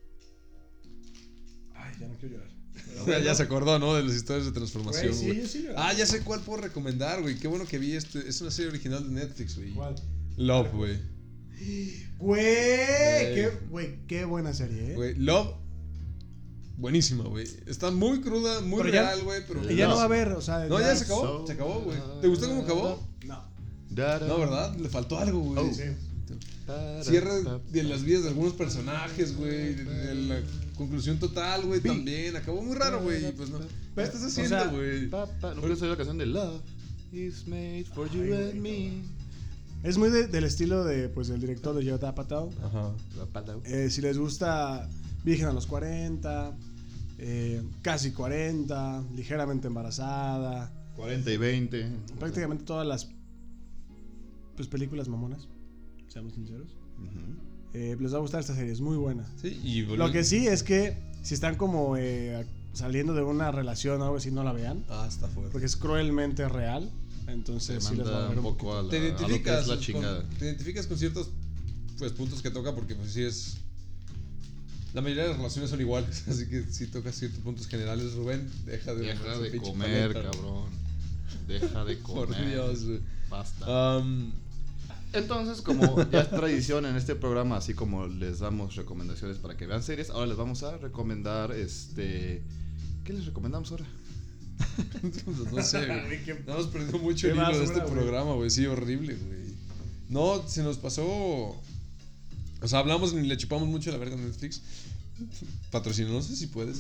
Ay, ya no quiero llorar. Pero bueno. Ya se acordó, ¿no? De las historias de transformación, Güey, sí, güey. yo sí lloré. Ah, ya sé cuál puedo recomendar, güey. Qué bueno que vi este. Es una serie original de Netflix, güey. ¿Cuál? Love, güey. Güey, Güey. qué, güey, qué buena serie, ¿eh? Güey, Love. Buenísima, güey. Está muy cruda, muy Pero ya- real, güey. Pero Y ya no No. va a haber, o sea. No, ya se acabó. So- Se acabó, güey. ¿Te gustó cómo acabó? No. No, ¿verdad? Le faltó algo, güey. Oh. Sí. Cierre de las vidas de algunos personajes, güey. De, de la conclusión total, güey. También. Acabó muy raro, güey. y Pues no. ¿Qué estás o haciendo, sea, güey? Papá, ¿no quieres oír la canción de Love is made for you Ay, güey, and me? Es muy de- del estilo de, pues, del director de Judd Apatow. Ajá. Eh, si les gusta Virgen a los cuarenta, eh, casi cuarenta, ligeramente embarazada, cuarenta y veinte. prácticamente todas las pues, películas mamonas, seamos sinceros. Ujú. Eh, les va a gustar esta serie, es muy buena. Sí, y Lo que sí es que si están como eh, saliendo de una relación o algo así, no la vean, Ah, está fuerte. porque es cruelmente real. Se Entonces sí les va a manda doler un un poco a, la, Te a lo que identificas, es la con, chingada. te identificas con ciertos pues puntos que toca porque pues sí es la mayoría de las relaciones son iguales, así que si tocas ciertos puntos generales, Rubén, deja de Deja esa de pinche comer, paleta, cabrón. Deja de Por comer. Dios, güey. Basta. Um, Entonces, como ya es tradición en este programa, así como les damos recomendaciones para que vean series, ahora les vamos a recomendar este. ¿Qué les recomendamos ahora? no sé, güey. Güey, qué- No, hemos perdido mucho qué el hilo de basura, este güey. programa, güey. Sí, horrible, güey. No, se nos pasó. O sea, hablamos y le chupamos mucho la verga a Netflix. Patrocino, no sé si puedes.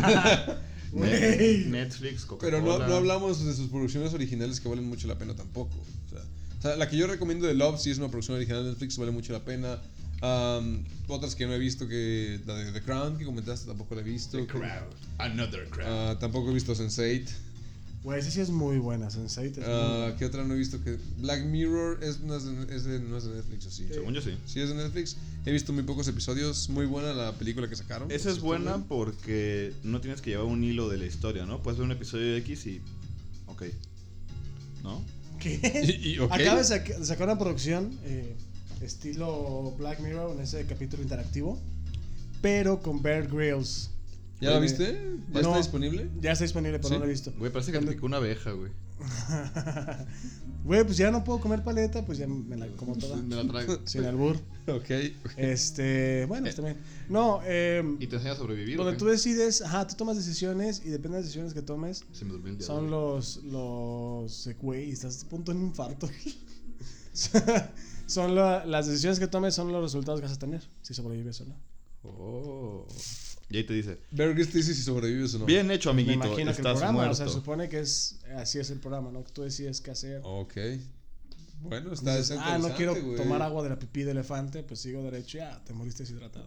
Güey. Netflix, Coca-Cola. Pero no, no hablamos de sus producciones originales que valen mucho la pena tampoco. O sea, o sea, la que yo recomiendo de Love sí es una producción original de Netflix, vale mucho la pena. Um, otras que no he visto, que la de The Crown que comentaste tampoco la he visto. The Crown. Another Crown. Ah, tampoco he visto sense eight. Güey, esa sí es muy buena, sense eight es muy Ah, buena. ¿Qué otra no he visto? Que Black Mirror es, no, es de, es de- no es de Netflix, ¿o sí? Según yo sí. Sí, es de Netflix. He visto muy pocos episodios. Muy buena la película que sacaron. Esa es Está buena porque no tienes que llevar un hilo de la historia, ¿no? Puedes ver un episodio de X y. Ok. ¿No? ¿Qué? Y- y, ok. Acaba de saca- de sacar una producción eh, estilo Black Mirror en ese capítulo interactivo, pero con Bear Grylls. ¿Ya la Güey, viste? ¿Ya no. está disponible? Ya está disponible, pero ¿Sí? no lo he visto. Güey, parece que te ¿Dónde? picó una abeja, güey. Güey, pues ya no puedo comer paleta, pues ya me la como toda. Me la trago. Sin albur. Ok. Este, bueno, está bien. No, eh, ¿Y te enseña a sobrevivir? donde o qué? tú decides, ajá, tú tomas decisiones y depende de las decisiones que tomes, Se me durmió el día. son los, los, güey, estás a punto de un infarto. Son la- las decisiones que tomes son los resultados que vas a tener, si sobrevives o no. Oh. Y ahí te dice: Bear Grylls te dice si sobrevives o no. Bien hecho, Me amiguito. imagino que el Estás programa, muerto. o sea, se supone que es, así es el programa, ¿no? Que tú decides qué hacer. Ok. Bueno, está, Dices, está ah, no interesante, quiero güey. tomar agua de la pipí de elefante, pues sigo derecho y ya, te moriste deshidratado.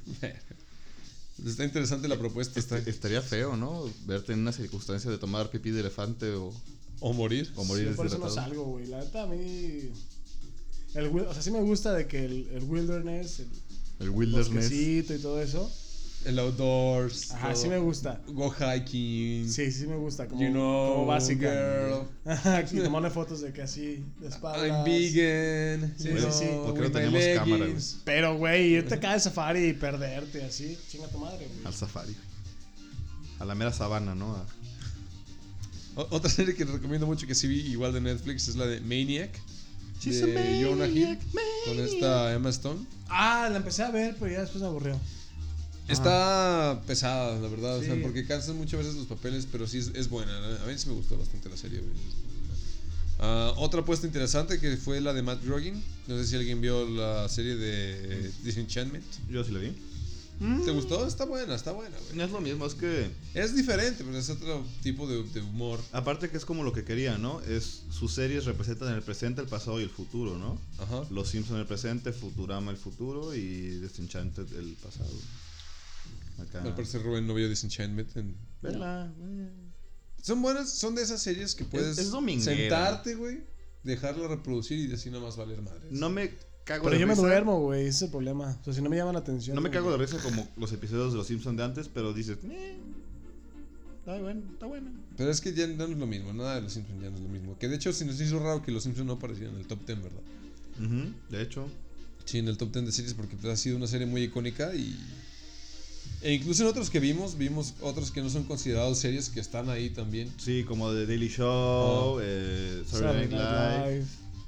Está interesante la propuesta. Está... Este- estaría feo, ¿no? Verte en una circunstancia de tomar pipí de elefante o, O morir. o morir Sí, por eso no deshidratado. salgo, güey. La neta, a mí. El, wil- o sea, sí me gusta de que el, el wilderness, el El wilderness. bosquecito y todo eso. El outdoors. Ajá, todo. sí me gusta. Go hiking. Sí, sí me gusta. Como, You know, como básica. girl. Ajá, y tomarle fotos de que así, de espaldas. I'm vegan. Sí, you sí, know, sí. ¿Por qué no with my tenemos cámara, güey? leggings. Pero, güey, irte acá de safari y perderte así. Chinga tu madre, güey. Al safari. A la mera sabana, ¿no? A- O- otra serie que recomiendo mucho que sí vi igual de Netflix es la de Maniac. She's a De Jonah Hill. maniac, Con maniac. esta Emma Stone. Ah, la empecé a ver, pero ya después me aburrió. Está pesada, la verdad, o sea, Sí. porque cansan muchas veces los papeles, pero sí es, es buena. ¿No? A mí sí me gustó bastante la serie. güey. Ah, otra apuesta interesante que fue la de Matt Groening. No sé si alguien vio la serie de Disenchantment. Yo sí la vi. ¿Te gustó? Está buena, está buena. güey. No es lo mismo, es que Es diferente, pero es otro tipo de, de humor. aparte que es como lo que quería, ¿no? Es sus series representan el presente, el pasado y el futuro, ¿no? Ajá. Los Simpson el presente, Futurama el futuro y Disenchanted el pasado. Acá. Al parecer Rubén no vio Disenchantment. en- Vela, eh. Son buenas, son de esas series que puedes es dominguera. sentarte, güey, dejarla reproducir y así nada más valer madres. No me cago Pero de yo me risa. duermo, güey, ese es el problema. O sea, si no me llama la atención. No me güey. cago de risa como los episodios de los Simpsons de antes, pero dices, eh, está bueno, está bueno. Pero es que ya no es lo mismo, nada de los Simpsons ya no es lo mismo. Que de hecho se nos hizo raro que los Simpsons no aparecieran en el top diez, ¿verdad? Ujú, de hecho. Sí, en el top diez de series porque pues, ha sido una serie muy icónica y... E incluso en otros que vimos, vimos otros que no son considerados series que están ahí también. Sí, como The Daily Show, eh, Saturday Saturday Night Night Live. Live.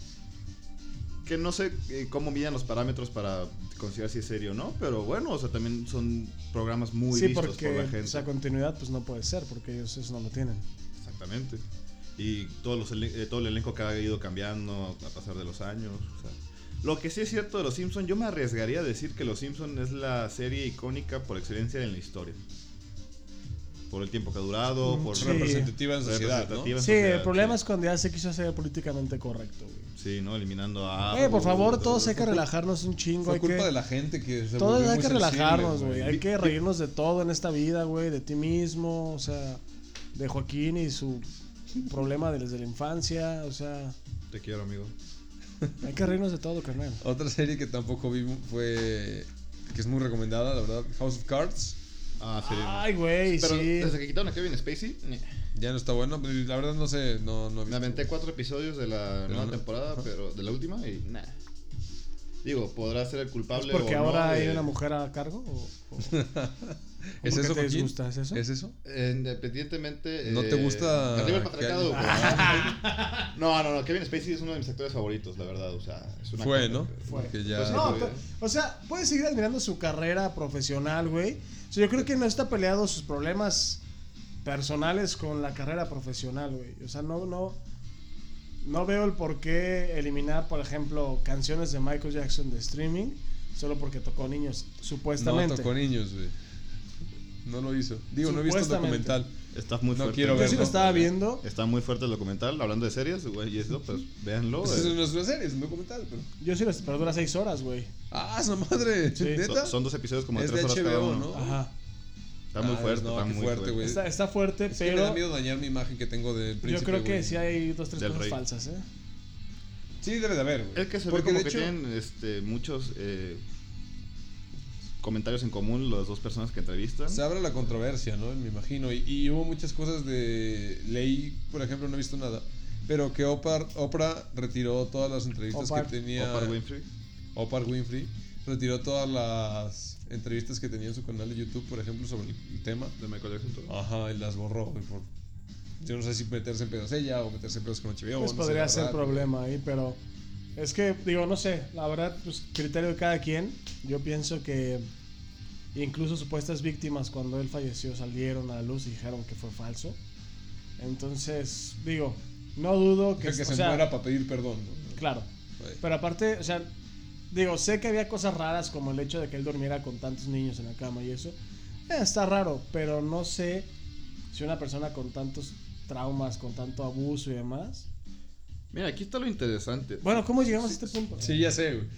Que no sé eh, cómo miden los parámetros para considerar si es serio o no, pero bueno, o sea, también son programas muy Sí, vistos porque por la gente. esa continuidad pues no puede ser, porque ellos eso no lo tienen. Exactamente. Y todos los elen- eh, todo el elenco que ha ido cambiando a pasar de los años. O sea. Lo que sí es cierto de Los Simpsons, yo me arriesgaría a decir que Los Simpsons es la serie icónica por excelencia en la historia. Por el tiempo que ha durado, por Sí. Representativa en sociedad, ¿no? representativa en Sí, el sociedad, problema sí. es cuando ya se quiso hacer políticamente correcto, güey. Sí, ¿no? Eliminando a... Oye, por favor, todos todo hay que relajarnos un chingo. Fue Hay culpa que, de la gente que se todos volvió hay muy que sensible, relajarnos, güey. Hay que Vi- reírnos de todo en esta vida, güey. De ti mismo, o sea, de Joaquín y su problema desde la infancia. O sea, Te quiero, amigo. hay que reírnos de todo, carnal. Otra serie que tampoco vi fue... que es muy recomendada, la verdad. House of Cards. Ah, sí. Ay, güey, Pero sí. desde que quitaron a Kevin Spacey, eh, Ya no está bueno. pero La verdad no sé, no, no he me visto. aventé cuatro episodios de la nueva no- temporada, ajá. pero de la última y nada. Digo, podrá ser el ¿Es culpable porque o no ahora de- hay una mujer a cargo? ¿O, o- ¿Es ¿Por qué eso, te Joaquín? disgusta? ¿Es eso? ¿Es eso? Eh, Independientemente. ¿No te eh, gusta Arriba el que patriarcado, alguien- güey. No, no, no. Kevin Spacey es uno de mis actores favoritos, la verdad. O sea, es una Fue, cosa ¿no? que- Fue. Porque ya... Pues No, güey. to- o sea, puedes seguir admirando su carrera profesional, güey. O sea, yo creo que no está peleado sus problemas personales con la carrera profesional, güey. O sea, no, no, no veo el por qué eliminar, por ejemplo, canciones de Michael Jackson de streaming solo porque tocó niños, supuestamente. No tocó niños, güey. No lo hizo. Digo, no he visto el Supuestamente. documental. Está muy No fuerte. quiero Yo sí verlo. lo estaba viendo. Está muy fuerte el documental, hablando de series, güey, y eso, pues véanlo. Pues eh. eso no es una serie, es un documental, pero... Yo sí lo pero dura seis horas, güey. ¡Ah, esa madre! Sí. ¿Neta? Son, son dos episodios como de Es tres de horas H B cada O, uno. ¿no? Ajá. Está muy Ah, fuerte, no, está qué muy fuerte, fuerte. güey. Está, está fuerte, Es que me pero da miedo dañar mi imagen que tengo del yo príncipe, creo que güey. sí hay dos, tres Del cosas rey. falsas, ¿eh? Sí, debe de haber, güey. Es que se ve Porque como de que hecho, tienen este, muchos eh, comentarios en común las dos personas que entrevistan. se abre la controversia, ¿no? Me imagino. Y, y hubo muchas cosas de... Leí, por ejemplo, no he visto nada. Pero que Oprah, Oprah retiró todas las entrevistas Oprah. que tenía... Oprah Winfrey. Oprah Winfrey retiró todas las entrevistas que tenía en su canal de YouTube, por ejemplo, sobre el tema. De Michael Jackson. todo. Ajá, y las borró, güey, por... Yo no sé si meterse en pedos ella o meterse en pedos con H B O. Pues no podría sé, la ser verdad, problema ahí, pero es que, digo, no sé, la verdad, pues criterio de cada quien. Yo pienso que incluso supuestas víctimas cuando él falleció salieron a la luz y dijeron que fue falso. Entonces, digo, no dudo que, Que, que o se sea, muera para pedir perdón, ¿no? claro. Güey. Pero aparte, o sea, digo, sé que había cosas raras como el hecho de que él durmiera con tantos niños en la cama y eso. Eh, está raro, pero no sé si una persona con tantos traumas, con tanto abuso y demás. Mira, aquí está lo interesante. Bueno, ¿cómo llegamos a este punto? Sí, ya sé, güey.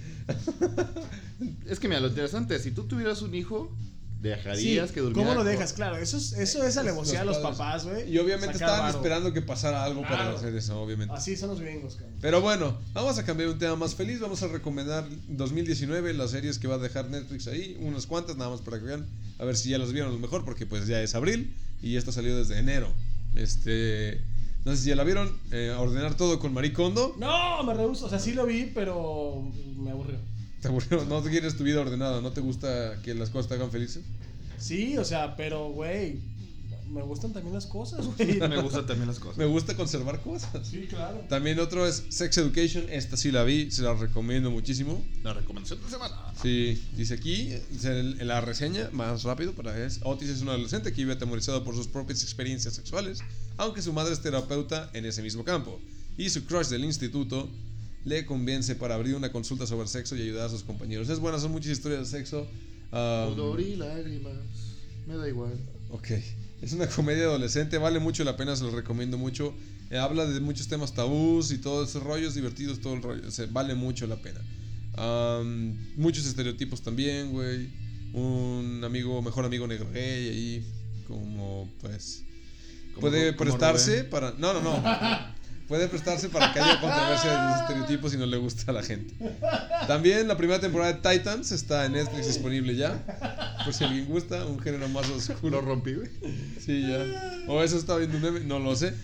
Es que mira, lo interesante es, si tú tuvieras un hijo, dejarías Sí, que durmiera. ¿cómo lo con- dejas? Claro, eso es, eso es alevosía a los padres. papás, güey. Y obviamente Sacar estaban varo. esperando que pasara algo para Claro. hacer eso, obviamente. Así son los gringos, cabrón. Pero bueno, vamos a cambiar un tema más feliz. Vamos a recomendar dos mil diecinueve, las series que va a dejar Netflix ahí. Unas cuantas, nada más para que vean. A ver si ya las vieron a lo mejor, porque pues ya es abril y esto salió desde enero. Este. No sé si ya la vieron. eh, Ordenar todo con Marie Kondo. No, me rehuso. O sea, sí lo vi, pero me aburrió. ¿Te aburrió? No te quieres tu vida ordenada. ¿No te gusta que las cosas te hagan felices? Sí, o sea, pero, güey, me gustan también las cosas, güey. Me gustan también las cosas. Me gusta conservar cosas. Sí, claro. También otro es Sex Education. Esta sí la vi, se la recomiendo muchísimo. La recomendación de semana. Sí, dice aquí, dice en en la reseña, más rápido para es Otis es un adolescente que vive atemorizado por sus propias experiencias sexuales, aunque su madre es terapeuta en ese mismo campo. Y su crush del instituto le convence para abrir una consulta sobre sexo y ayudar a sus compañeros. Es buena, son muchas historias de sexo. Um, Pudor y lágrimas, me da igual. Ok, es una comedia adolescente, vale mucho la pena, se lo recomiendo mucho. Eh, habla de muchos temas tabús y todos esos rollos divertidos, todo el rollo. O sea, vale mucho la pena. Um, muchos estereotipos también, güey. Un amigo, mejor amigo negro gay ahí, como pues... Como Puede Ru- como prestarse Rubén. para... No, no, no. Puede prestarse para que haya controversia de los estereotipos y no le gusta a la gente. También la primera temporada de Titans está en Netflix disponible ya. Por si alguien gusta, un género más Lo oscuro. rompí, güey. Sí, ya. O eso está viendo un meme, no lo sé.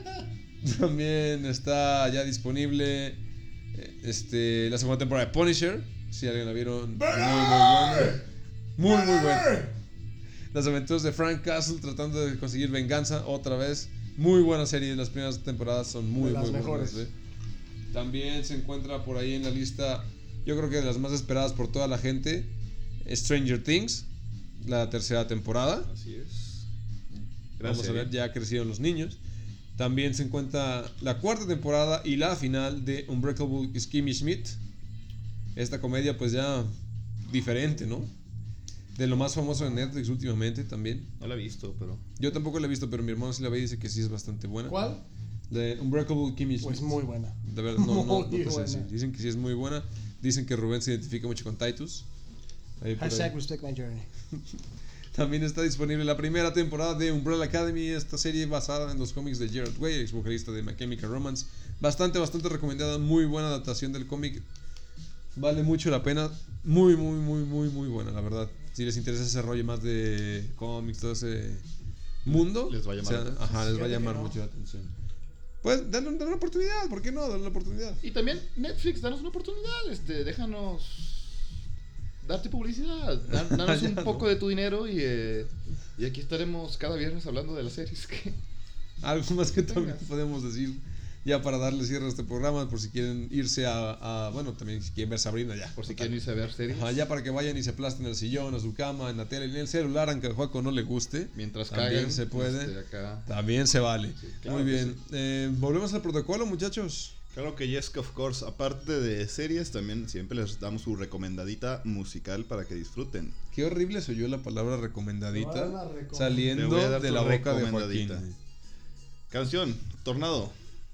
También está ya disponible eh, este, la segunda temporada de Punisher. Si alguien la vieron, muy, muy buena. Muy, muy buena. Las aventuras de Frank Castle tratando de conseguir venganza otra vez. Muy buena serie, las primeras temporadas son muy, De las muy mejores. buenas. ¿eh? También se encuentra por ahí en la lista, yo creo que de las más esperadas por toda la gente, Stranger Things, la tercera temporada. Así es. Gran Vamos serie. a ver, ya crecieron los niños. También se encuentra la cuarta temporada y la final de Unbreakable Kimmy Schmidt. Esta comedia pues ya diferente, ¿no? De lo más famoso de Netflix últimamente también. No la he visto, pero. Yo tampoco la he visto, pero mi hermano sí la ve y dice que sí es bastante buena. ¿Cuál? De Unbreakable Kimmy Schmidt. Pues muy buena. De verdad, no, no, no, Muy te sé buena. decir. Dicen que sí es muy buena. Dicen que Rubén se identifica mucho con Titus. Ahí por ahí. Hashtag respect my journey. También está disponible la primera temporada de Umbrella Academy, esta serie basada en los cómics de Gerard Way, ex vocalista de My Chemical Romance. Bastante, bastante recomendada, muy buena adaptación del cómic. Vale mucho la pena. Muy, muy, muy, muy, muy buena, la verdad. Si les interesa ese rollo más de cómics, todo ese mundo, Les va a llamar o sea, la atención. ajá, les va a Fíjate llamar que no. mucho la atención. Pues dale, dale una oportunidad, ¿por qué no? Dale una oportunidad. Y también Netflix, danos una oportunidad, este, déjanos darte publicidad, da- danos Ya, un ¿no? poco de tu dinero y, eh, y aquí estaremos cada viernes hablando de las series que... Algo más que también Venga. podemos decir, ya para darle cierre a este programa, por si quieren irse a, a- bueno, también si quieren ver Sabrina ya. Por si total. quieren irse a ver series, Ajá, ya para que vayan y se aplasten en el sillón, a su cama, en la tele, en el celular, aunque al Juaco no le guste. mientras también cagan, se puede. este, acá. También se vale. Sí, claro Muy que bien. Eh, Volvemos al protocolo, muchachos. Claro que yes, of course. Aparte de series, también siempre les damos su recomendadita musical para que disfruten. Qué horrible se oyó la palabra Te voy a recomendadita dar una recomendadita. saliendo Te voy a dar de tu la boca de Joaquín. recomendadita. Canción, Tornado.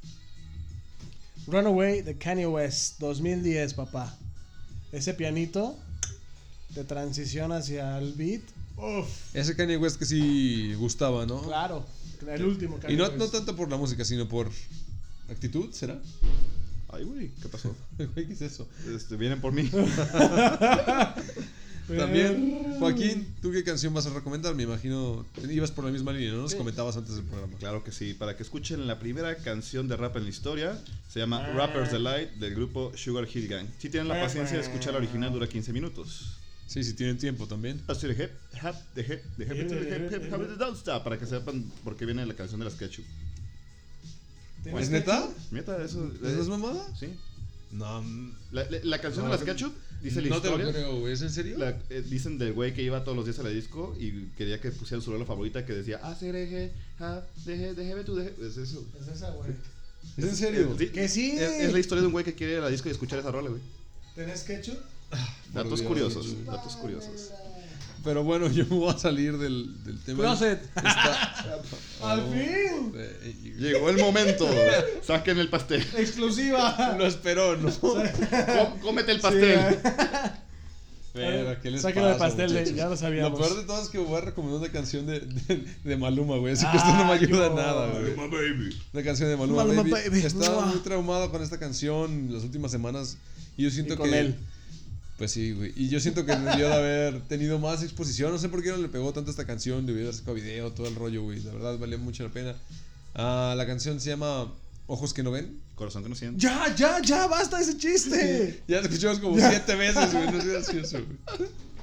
Runaway de Kanye West, dos mil diez, papá. Ese pianito de transición hacia el beat. Uf, Ese Kanye West que sí gustaba, ¿no? claro. El último Kanye Y no, West. no tanto por la música, sino por actitud, ¿será? Ay, güey, ¿qué pasó? Güey, ¿qué es eso? Este, vienen por mí. También, Joaquín, ¿tú qué canción vas a recomendar? Me imagino, ibas por la misma línea, ¿no? Nos Sí. comentabas antes del programa. Claro que sí, para que escuchen la primera canción de rap en la historia. Se llama Rapper's Delight del grupo Sugar Hill Gang. Si tienen la paciencia de escuchar la original, dura quince minutos. Sí, si tienen tiempo también. Así de hip, hop, de hip, de hip, de hip, hip, hop, de don't stop, para que sepan por qué viene la canción de las Ketchup. ¿Tienes ¿Es neta? Neta, eso. ¿Es las mamada? Sí. No, mm, La, la- la canción No, de las Ketchup dice la no te historia. lo creo, güey. ¿Es en serio? La- eh, dicen del güey que iba todos los días a la disco y quería que pusieran su rola favorita que decía ah, deje, ah, deje, déjeme tú, deje. Es eso. Es esa, güey. ¿Es en serio? Sí, Que sí. Es, es la historia de un güey que quiere ir a la disco y escuchar esa rola, güey. ¿Tenés ketchup? Datos Dios. curiosos, datos curiosos. Pero bueno, yo me voy a salir del, del tema. Closet. Está- ¡Al Oh, fin! eh, y- Llegó el momento. Saquen el pastel. ¡Exclusiva! Lo esperó, ¿no? Com- cómete el pastel. Sí, Pero, ¿qué les Saquen pasa, el pastel, de- muchachos? ya lo sabíamos. Lo peor de todo es que me voy a recomendar una canción de, de, de Maluma, güey. Así que Ah, esto no me ayuda yo. nada, güey. My baby. Una canción de Maluma, Maluma Baby. Baby. Estaba Mua. muy traumado con esta canción las últimas semanas. Y yo siento Y con que. él. Pues sí, güey. Y yo siento que debió de haber tenido más exposición. No sé por qué no le pegó tanto esta canción. Debió de haber sacado video, todo el rollo, güey. La verdad, valió mucho la pena. Ah, la canción se llama Ojos que no ven. Corazón que no siente. ¡Ya, ya, ya! ¡Basta ese chiste! Ya la escuchamos como siete veces, güey. No sé si eso, güey.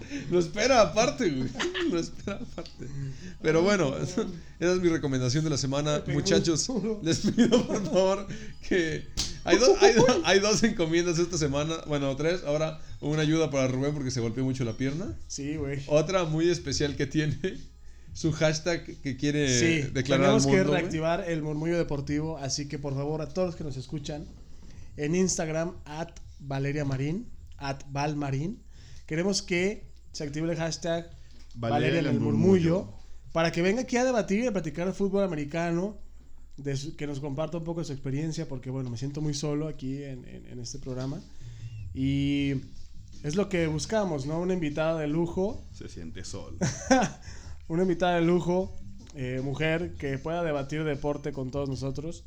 Lo espera aparte, güey. Lo espera aparte. Pero bueno, esa es mi recomendación de la semana. Muchachos, les pido por favor que... Hay, do, hay, do, hay dos encomiendas esta semana. Bueno, tres. Ahora una ayuda para Rubén porque se golpeó mucho la pierna. Sí, güey. Otra muy especial que tiene su hashtag que quiere sí, declarar al mundo. Tenemos que reactivar güey. el murmullo deportivo. Así que por favor a todos los que nos escuchan en Instagram, at Valeria Marín, at Valmarín, queremos que se active el hashtag Valeria en el murmullo para que venga aquí a debatir y a platicar de fútbol americano, de su, que nos comparta un poco de su experiencia, porque bueno, me siento muy solo aquí en, en, en este programa y es lo que buscamos, ¿no? Una invitada de lujo. Se siente solo. Una invitada de lujo, eh, mujer, que pueda debatir deporte con todos nosotros.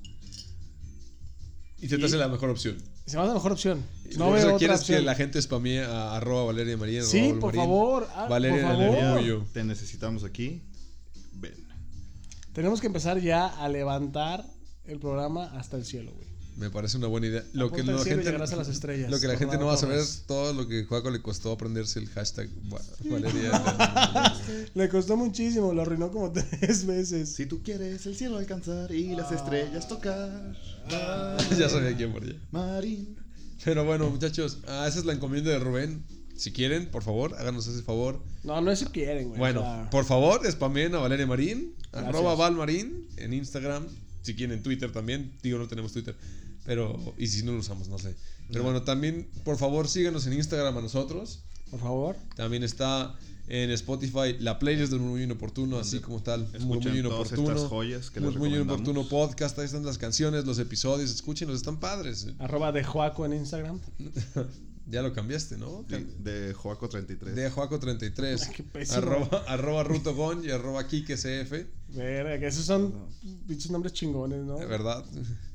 Y se te hace la mejor opción. Se me hace la mejor opción. No o veo sea, otra ¿quieres opción. que la gente spamee a arroba Valeria María? Sí, arroba por Marín, favor. Ah, Valeria por en el favor. murmullo. Te necesitamos aquí. Ven. Tenemos que empezar ya a levantar el programa hasta el cielo, güey. Me parece una buena idea. Lo que, Apunta al la cielo y gente, llegarás a las estrellas. lo que la Por gente no Fernando va a saber Torres. es todo lo que Juaco le costó aprenderse el hashtag Valeria. Le costó muchísimo, lo arruinó como tres veces. Si tú quieres el cielo alcanzar y las estrellas tocar. Ya sabía quién moría. Marín. Pero bueno, muchachos, ah, esa es la encomienda de Rubén. Si quieren, por favor, háganos ese favor. No, no es si quieren, güey. Bueno, o sea, por favor, spameen a Valeria Marín, Gracias. arroba Valmarín en Instagram. Si quieren Twitter también. Digo, no tenemos Twitter. Pero, y si no lo usamos, no sé. Pero bueno, también, por favor, síganos en Instagram a nosotros. por favor. También está en Spotify la playlist del Murmullo Inoportuno, así como tal. Escuchen Murmullo todas Inoportuno. estas joyas que les Murmullo recomendamos. Inoportuno Podcast. Ahí están las canciones, los episodios. Escúchenlos, están padres. Arroba de Joaco en Instagram. Ya lo cambiaste, ¿no? De, de Joaco treinta y tres. De Juaco treinta y tres. Qué pésimo. Arroba, arroba Rutogon y arroba Kike C F. Verga, que esos son dichos nombres chingones, ¿no? De verdad.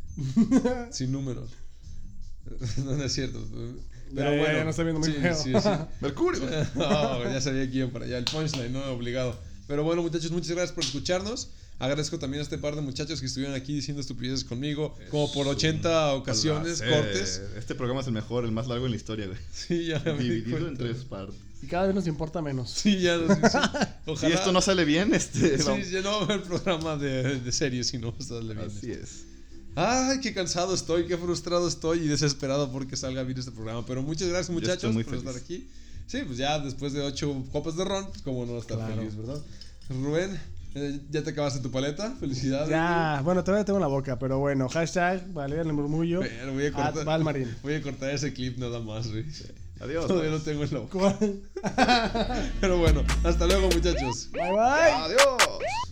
Sin números. No, no es cierto. Pero Ya, ya, bueno. ya no está viendo muy sí, feo. sí, sí. Mercurio. No, ya sabía que iban para allá. El punchline, no obligado. Pero bueno, muchachos, muchas gracias por escucharnos. Agradezco también a este par de muchachos que estuvieron aquí diciendo estupideces conmigo, como por ochenta ocasiones, Hola, cortes. eh, Este programa es el mejor, el más largo en la historia, güey. Sí, ya me di Dividido en cuenta. tres partes. Y cada vez nos importa menos. Sí, ya. Sí, sí. Si Ojalá. esto no sale bien, este. Sí, vamos- ya no va a haber programa de, de series si no sale bien. Así es. Ay, qué cansado estoy, qué frustrado estoy y desesperado porque salga bien este programa. Pero muchas gracias, Yo muchachos, estoy muy por feliz. estar aquí. Sí, pues ya después de ocho copas de ron, pues como no estar Claro. feliz, ¿verdad? Rubén, eh, ya te acabaste tu paleta, felicidades. Ya, bueno, todavía tengo la boca, pero bueno, hashtag Valeria en el murmullo. Pero voy a at cortar, Valmarín. voy a cortar ese clip nada más, güey. Adiós. Todavía no tengo en la boca. ¿Cuál? Pero bueno, hasta luego, muchachos. Bye bye. Adiós.